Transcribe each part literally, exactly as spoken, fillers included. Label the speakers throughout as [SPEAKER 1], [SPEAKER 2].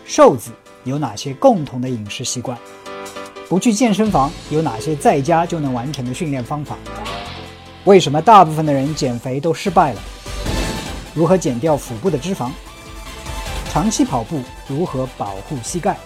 [SPEAKER 1] 瘦子有哪些共同的饮食习惯？不去健身房有哪些在家就能完成的训练方法？为什么大部分的人减肥都失败了？如何减掉腹部的脂肪？长期跑步如何保护膝盖？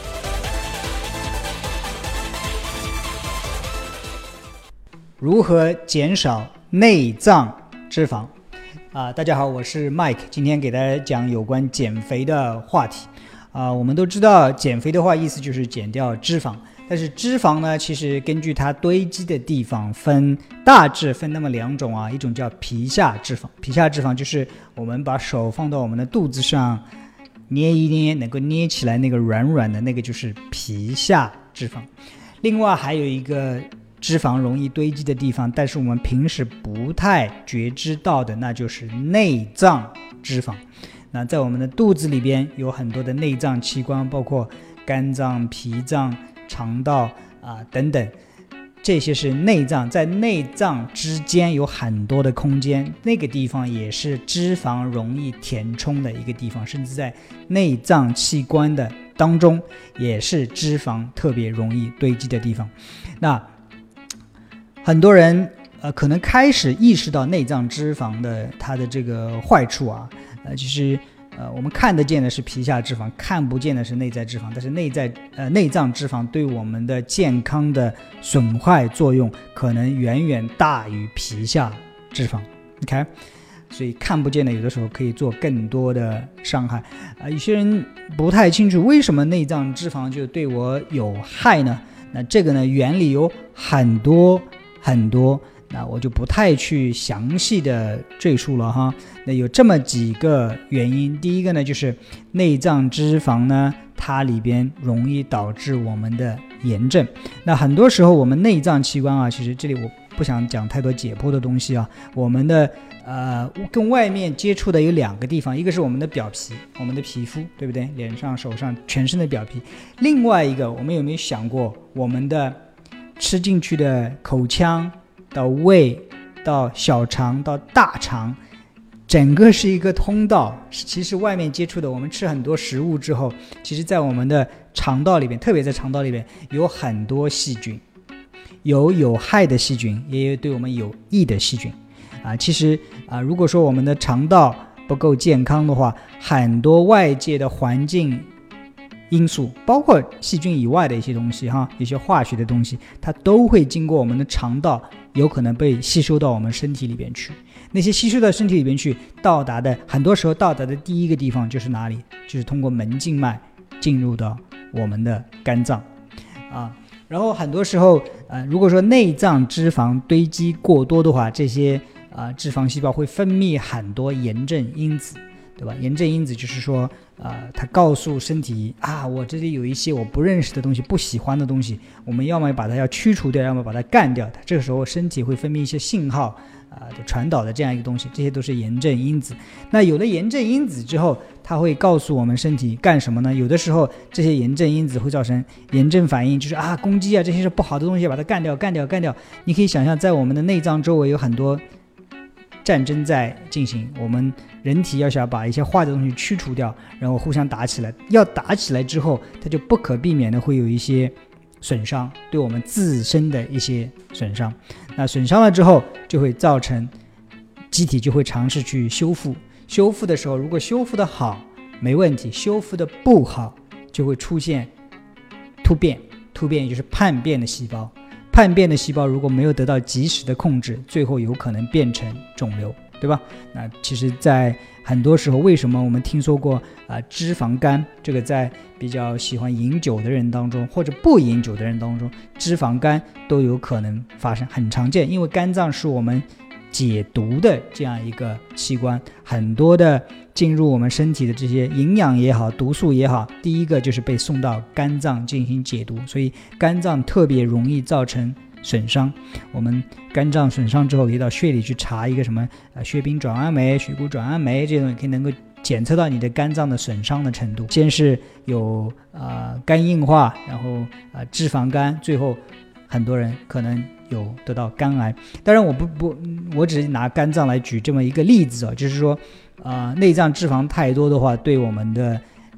[SPEAKER 1] 如何减少内脏脂肪？啊，大家好，我是 Mike， 今天给大家讲有关减肥的话题。啊，我们都知道减肥的话，意思就是减掉脂肪。但是脂肪呢，其实根据它堆积的地方分大致分那么两种啊，一种叫皮下脂肪，皮下脂肪就是我们把手放到我们的肚子上捏一捏，能够捏起来那个软软的那个就是皮下脂肪。另外还有一个脂肪容易堆积的地方，但是我们平时不太觉知到的，那就是内脏脂肪。那在我们的肚子里边有很多的内脏器官，包括肝脏、脾脏、肠道啊、呃、等等，这些是内脏。在内脏之间有很多的空间，那个地方也是脂肪容易填充的一个地方，甚至在内脏器官的当中也是脂肪特别容易堆积的地方。那很多人呃可能开始意识到内脏脂肪的它的这个坏处啊。呃，其实，呃，我们看得见的是皮下脂肪，看不见的是内在脂肪。但是内在呃内脏脂肪对我们的健康的损害作用，可能远远大于皮下脂肪。OK， 所以看不见的有的时候可以做更多的伤害。啊、呃，有些人不太清楚为什么内脏脂肪就对我有害呢？那这个呢，原理有很多很多。那我就不太去详细的赘述了哈。那有这么几个原因，第一个呢，就是内脏脂肪呢，它里边容易导致我们的炎症。那很多时候我们内脏器官啊，其实这里我不想讲太多解剖的东西啊。我们的呃跟外面接触的有两个地方，一个是我们的表皮，我们的皮肤，对不对？脸上、手上、全身的表皮。另外一个，我们有没有想过，我们的吃进去的口腔到胃到小肠到大肠，整个是一个通道。其实外面接触的，我们吃很多食物之后，其实在我们的肠道里边，特别在肠道里边有很多细菌，有有害的细菌，也有对我们有益的细菌啊。其实啊，如果说我们的肠道不够健康的话，很多外界的环境因素，包括细菌以外的一些东西哈，一些化学的东西，它都会经过我们的肠道，有可能被吸收到我们身体里边去。那些吸收到身体里边去，到达的很多时候到达的第一个地方就是哪里？就是通过门静脉进入到我们的肝脏啊。然后很多时候，呃，如果说内脏脂肪堆积过多的话，这些啊、呃、脂肪细胞会分泌很多炎症因子。对吧？炎症因子就是说，呃，它告诉身体啊，我这里有一些我不认识的东西，不喜欢的东西，我们要么把它要驱除掉，要么把它干掉它。这个时候身体会分泌一些信号啊、呃，传导的这样一个东西，这些都是炎症因子。那有了炎症因子之后，它会告诉我们身体干什么呢？有的时候这些炎症因子会造成炎症反应，就是啊，攻击啊，这些是不好的东西，把它干掉，干掉，干掉。你可以想象，在我们的内脏周围有很多战争在进行，我们人体要想把一些坏的东西驱除掉，然后互相打起来，要打起来之后，它就不可避免的会有一些损伤，对我们自身的一些损伤。那损伤了之后，就会造成机体就会尝试去修复。修复的时候，如果修复的好，没问题；修复的不好，就会出现突变。突变也就是叛变的细胞。叛变的细胞如果没有得到及时的控制，最后有可能变成肿瘤，对吧？那其实在很多时候，为什么我们听说过、呃、脂肪肝，这个在比较喜欢饮酒的人当中，或者不饮酒的人当中，脂肪肝都有可能发生，很常见。因为肝脏是我们解毒的这样一个器官，很多的进入我们身体的这些营养也好，毒素也好，第一个就是被送到肝脏进行解毒，所以肝脏特别容易造成损伤。我们肝脏损伤之后，可以到血里去查一个什么呃血丙转氨酶、血谷转氨酶，这种可以能够检测到你的肝脏的损伤的程度。先是有呃肝硬化，然后呃脂肪肝，最后很多人可能有得到肝癌。当然我不不我只是拿肝脏来举这么一个例子啊，就是说呃内脏脂肪太多的话，对我们的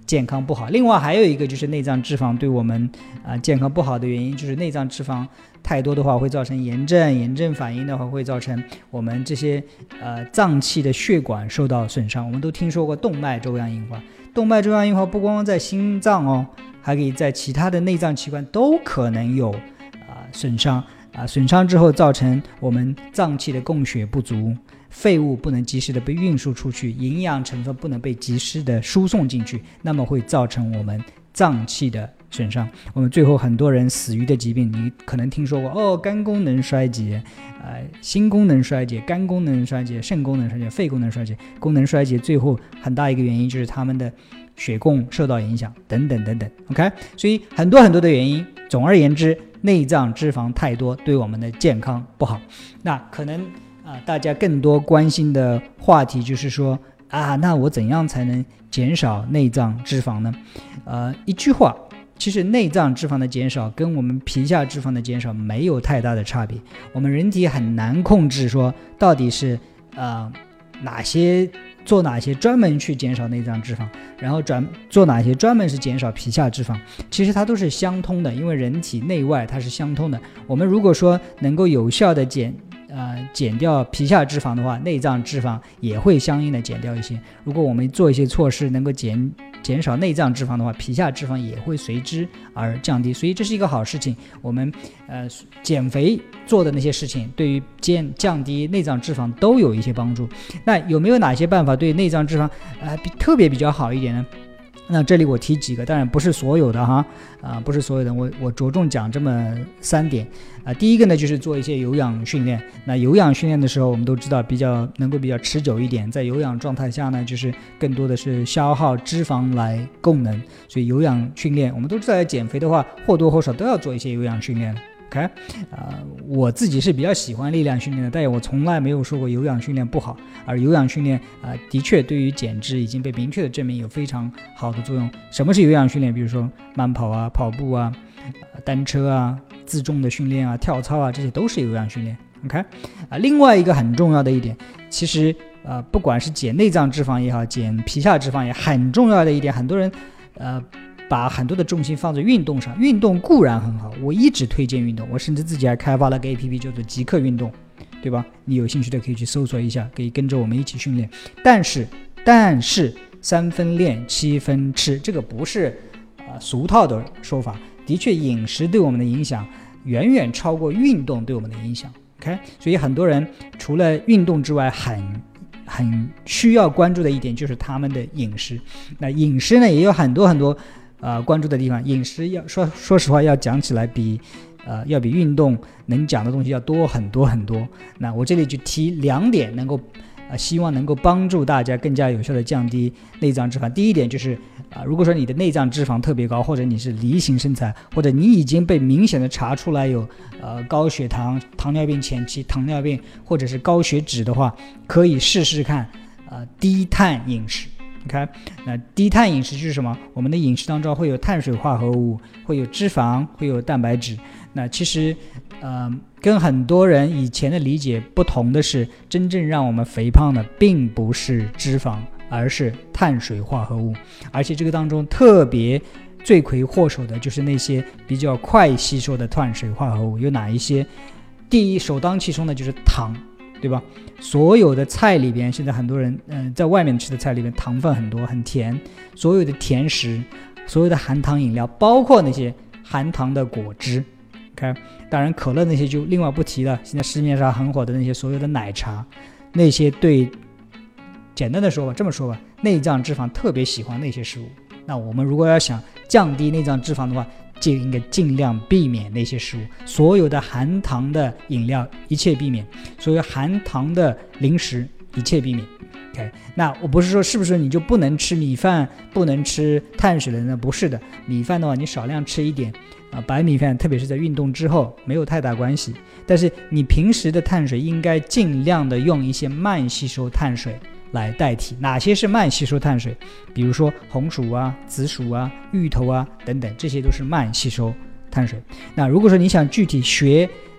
[SPEAKER 1] 健康不好。另外还有一个就是内脏脂肪对我们啊、呃、健康不好的原因，就是内脏脂肪太多的话会造成炎症，炎症反应的话会造成我们这些呃脏器的血管受到损伤。我们都听说过动脉粥样硬化，动脉粥样硬化不光在心脏哦，还可以在其他的内脏器官都可能有啊、呃、损伤啊，损伤之后造成我们脏器的供血不足，废物不能及时的被运输出去，营养成分不能被及时的输送进去，那么会造成我们脏器的损伤。我们最后很多人死于的疾病，你可能听说过哦，肝功能衰竭、呃、心功能衰竭、肝功能衰竭、肾功能衰竭、肺功能衰竭。功能衰竭最后很大一个原因就是他们的血供受到影响，等等等等。 OK， 所以很多很多的原因，总而言之，内脏脂肪太多对我们的健康不好。那可能啊，大家更多关心的话题就是说啊，那我怎样才能减少内脏脂肪呢？呃，一句话，其实内脏脂肪的减少跟我们皮下脂肪的减少没有太大的差别。我们人体很难控制说到底是呃哪些做哪些专门去减少内脏脂肪，然后转做哪些专门是减少皮下脂肪，其实它都是相通的，因为人体内外它是相通的。我们如果说能够有效的减呃，减掉皮下脂肪的话，内脏脂肪也会相应的减掉一些。如果我们做一些措施能够减减少内脏脂肪的话，皮下脂肪也会随之而降低，所以这是一个好事情。我们呃减肥做的那些事情，对于减降低内脏脂肪都有一些帮助。那有没有哪些办法对内脏脂肪呃比特别比较好一点呢？那这里我提几个，当然不是所有的哈，啊、呃，不是所有的，我我着重讲这么三点啊、呃。第一个呢，就是做一些有氧训练。那有氧训练的时候，我们都知道比较能够比较持久一点，在有氧状态下呢，就是更多的是消耗脂肪来供能，所以有氧训练，我们都知道减肥的话，或多或少都要做一些有氧训练。OK， 呃，我自己是比较喜欢力量训练的，但是我从来没有说过有氧训练不好，而有氧训练啊、呃，的确对于减脂已经被明确的证明有非常好的作用。什么是有氧训练？比如说慢跑啊、跑步啊、呃、单车啊、自重的训练啊、跳操啊，这些都是有氧训练。OK， 啊、呃，另外一个很重要的一点，其实呃，不管是减内脏脂肪也好，减皮下脂肪也很重要的一点，很多人呃。把很多的重心放在运动上，运动固然很好，我一直推荐运动，我甚至自己还开发了个 A P P 叫做极客运动，对吧？你有兴趣的可以去搜索一下，可以跟着我们一起训练。但是，但是三分练，七分吃，这个不是、呃、俗套的说法。的确，饮食对我们的影响远远超过运动对我们的影响。OK， 所以很多人除了运动之外，很很需要关注的一点就是他们的饮食。那饮食呢，也有很多很多。呃，关注的地方，饮食要说说实话，要讲起来比，呃，要比运动能讲的东西要多很多很多。那我这里就提两点，能够，呃，希望能够帮助大家更加有效的降低内脏脂肪。第一点就是，啊、呃，如果说你的内脏脂肪特别高，或者你是梨形身材，或者你已经被明显的查出来有，呃，高血糖、糖尿病前期、糖尿病或者是高血脂的话，可以试试看，呃，低碳饮食。OK， 那低碳饮食就是什么？我们的饮食当中会有碳水化合物，会有脂肪，会有蛋白质。那其实，呃，跟很多人以前的理解不同的是，真正让我们肥胖的并不是脂肪，而是碳水化合物。而且这个当中特别罪魁祸首的就是那些比较快吸收的碳水化合物。有哪一些？第一，首当其冲的就是糖。对吧？所有的菜里边，现在很多人嗯、呃，在外面吃的菜里边糖分很多，很甜。所有的甜食，所有的含糖饮料，包括那些含糖的果汁 ，OK， 当然可乐那些就另外不提了。现在市面上很火的那些所有的奶茶，那些对，简单的说吧，这么说吧，内脏脂肪特别喜欢那些食物。那我们如果要想降低内脏脂肪的话，就应该尽量避免那些食物，所有的含糖的饮料一切避免，所有含糖的零食一切避免。OK， 那我不是说是不是你就不能吃米饭，不能吃碳水了呢？不是的，米饭的话你少量吃一点啊、呃，白米饭特别是在运动之后没有太大关系，但是你平时的碳水应该尽量的用一些慢吸收碳水来代替。哪些是慢吸收碳水？比如说红薯啊、紫薯啊、芋头啊等等，这些都是慢吸收碳水。那如果说你想具体学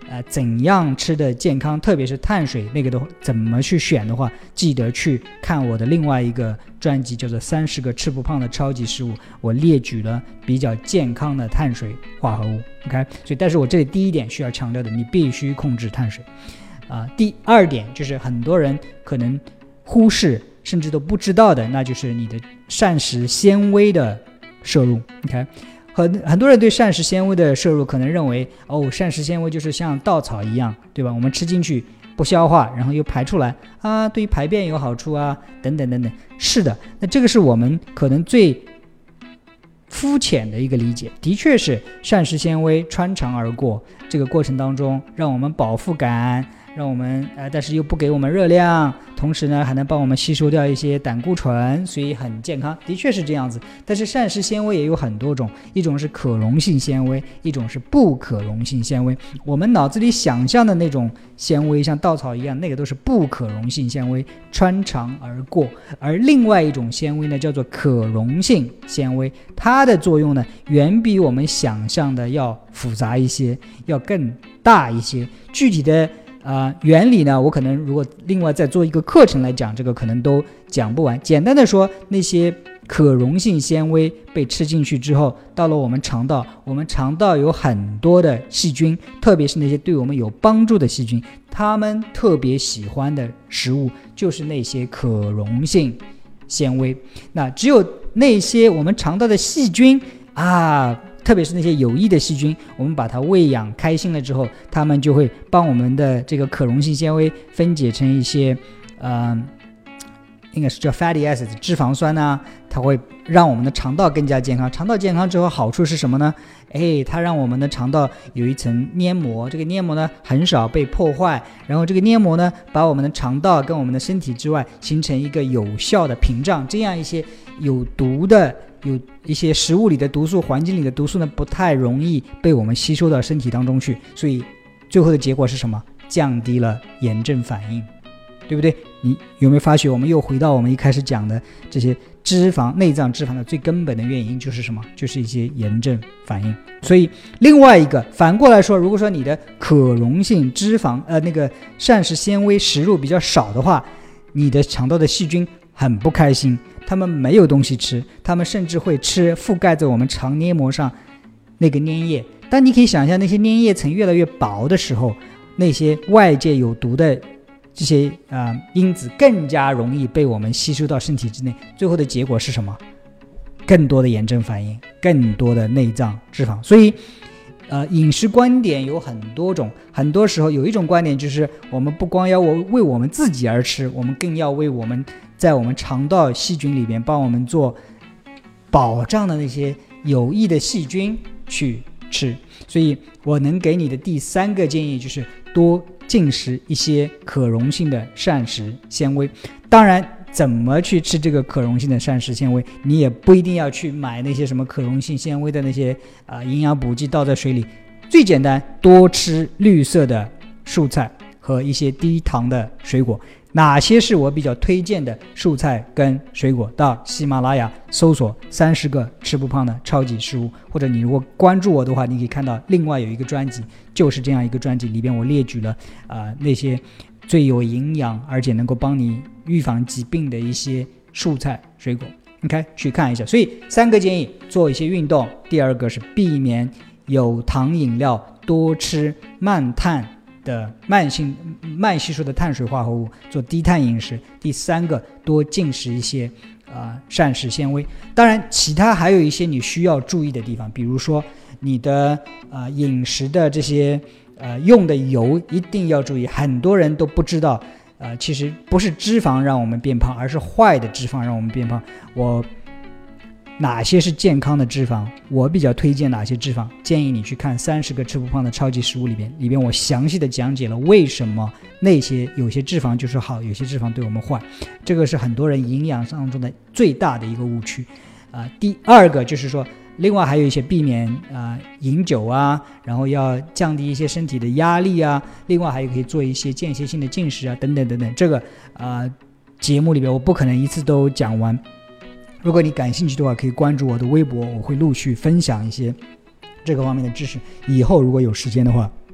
[SPEAKER 1] 呃怎样吃的健康，特别是碳水那个的怎么去选的话，记得去看我的另外一个专辑，叫做三十个吃不胖的超级食物，我列举了比较健康的碳水化合物。 OK， 所以但是我这里第一点需要强调的，你必须控制碳水啊、呃。第二点就是很多人可能忽视甚至都不知道的，那就是你的膳食纤维的摄入。 OK， 很很多人对膳食纤维的摄入可能认为，哦，膳食纤维就是像稻草一样，对吧？我们吃进去不消化，然后又排出来啊，对于排便有好处啊，等等等等。是的，那这个是我们可能最肤浅的一个理解，的确是膳食纤维穿肠而过，这个过程当中让我们饱腹感，让我们呃，但是又不给我们热量，同时呢还能帮我们吸收掉一些胆固醇，所以很健康，的确是这样子。但是膳食纤维也有很多种，一种是可溶性纤维，一种是不可溶性纤维。我们脑子里想象的那种纤维像稻草一样，那个都是不可溶性纤维，穿肠而过。而另外一种纤维呢叫做可溶性纤维，它的作用呢远比我们想象的要复杂一些，要更大一些。具体的呃，原理呢，我可能如果另外再做一个课程来讲，这个可能都讲不完。简单的说，那些可溶性纤维被吃进去之后，到了我们肠道，我们肠道有很多的细菌，特别是那些对我们有帮助的细菌，它们特别喜欢的食物就是那些可溶性纤维。那只有那些我们肠道的细菌啊，特别是那些有益的细菌，我们把它喂养开心了之后，它们就会帮我们的这个可溶性纤维分解成一些呃，应该是叫 fatty acids 脂肪酸啊，它会让我们的肠道更加健康。肠道健康之后好处是什么呢？哎，它让我们的肠道有一层黏膜，这个黏膜呢很少被破坏，然后这个黏膜呢把我们的肠道跟我们的身体之外形成一个有效的屏障，这样一些有毒的有一些食物里的毒素，环境里的毒素呢不太容易被我们吸收到身体当中去，所以最后的结果是什么？降低了炎症反应，对不对？你有没有发觉我们又回到我们一开始讲的这些脂肪，内脏脂肪的最根本的原因就是什么？就是一些炎症反应。所以另外一个反过来说，如果说你的可溶性脂肪呃那个膳食纤维食入比较少的话，你的肠道的细菌很不开心，他们没有东西吃，他们甚至会吃覆盖在我们肠黏膜上那个粘液。当你可以想象那些粘液层越来越薄的时候，那些外界有毒的这些、呃、因子更加容易被我们吸收到身体之内，最后的结果是什么？更多的炎症反应，更多的内脏脂肪。所以呃，饮食观点有很多种，很多时候有一种观点就是我们不光要为我们自己而吃，我们更要为我们在我们肠道细菌里边帮我们做保障的那些有益的细菌去吃。所以我能给你的第三个建议就是多进食一些可溶性的膳食纤维。当然怎么去吃这个可溶性的膳食纤维，你也不一定要去买那些什么可溶性纤维的那些、呃、营养补剂倒在水里。最简单，多吃绿色的蔬菜和一些低糖的水果。哪些是我比较推荐的蔬菜跟水果？到喜马拉雅搜索三十个吃不胖的超级食物，或者你如果关注我的话，你可以看到另外有一个专辑，就是这样一个专辑，里边我列举了、呃、那些最有营养而且能够帮你预防疾病的一些蔬菜水果， OK， 去看一下。所以三个建议：做一些运动，第二个是避免有糖饮料，多吃慢碳的慢性慢吸收的碳水化合物，做低碳饮食。第三个，多进食一些呃膳食纤维。当然其他还有一些你需要注意的地方，比如说你的呃饮食的这些呃用的油一定要注意。很多人都不知道呃其实不是脂肪让我们变胖，而是坏的脂肪让我们变胖。我哪些是健康的脂肪，我比较推荐哪些脂肪，建议你去看三十个吃不胖的超级食物里边，里边我详细的讲解了为什么那些有些脂肪就是好，有些脂肪对我们坏。这个是很多人营养当中的最大的一个误区、呃、第二个就是说，另外还有一些避免、呃、饮酒啊，然后要降低一些身体的压力啊，另外还有可以做一些间歇性的进食啊，等等等等。这个、呃、节目里边我不可能一次都讲完，如果你感兴趣的话，可以关注我的微博，我会陆续分享一些这个方面的知识。以后如果有时间的话，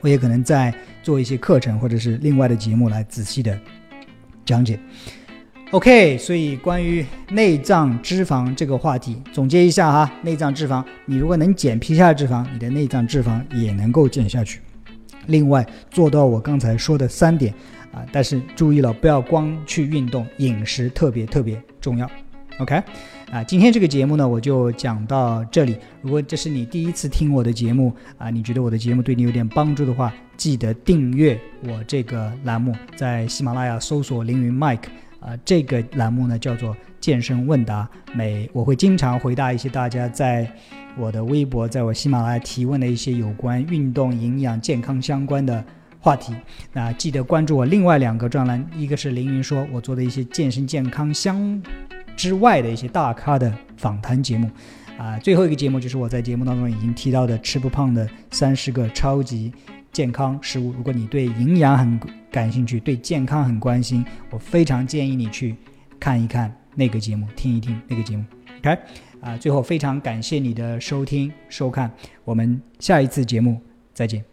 [SPEAKER 1] 我也可能再做一些课程或者是另外的节目来仔细的讲解。OK， 所以关于内脏脂肪这个话题，总结一下哈，内脏脂肪，你如果能减皮下的脂肪，你的内脏脂肪也能够减下去。另外，做到我刚才说的三点啊，但是注意了，不要光去运动，饮食特别特别重要。OK， 啊，今天这个节目呢，我就讲到这里。如果这是你第一次听我的节目啊，你觉得我的节目对你有点帮助的话，记得订阅我这个栏目，在喜马拉雅搜索凌云 Mike。啊，这个栏目呢叫做健身问答，每我会经常回答一些大家在我的微博、在我喜马拉雅提问的一些有关运动、营养、健康相关的话题。那记得关注我另外两个专栏，一个是凌云说，我做的一些健身健康相之外的一些大咖的访谈节目。啊，最后一个节目就是我在节目当中已经提到的吃不胖的三十个超级健康食物。如果你对营养很感兴趣，对健康很关心，我非常建议你去看一看那个节目，听一听那个节目。 OK， 啊，最后非常感谢你的收听收看，我们下一次节目再见。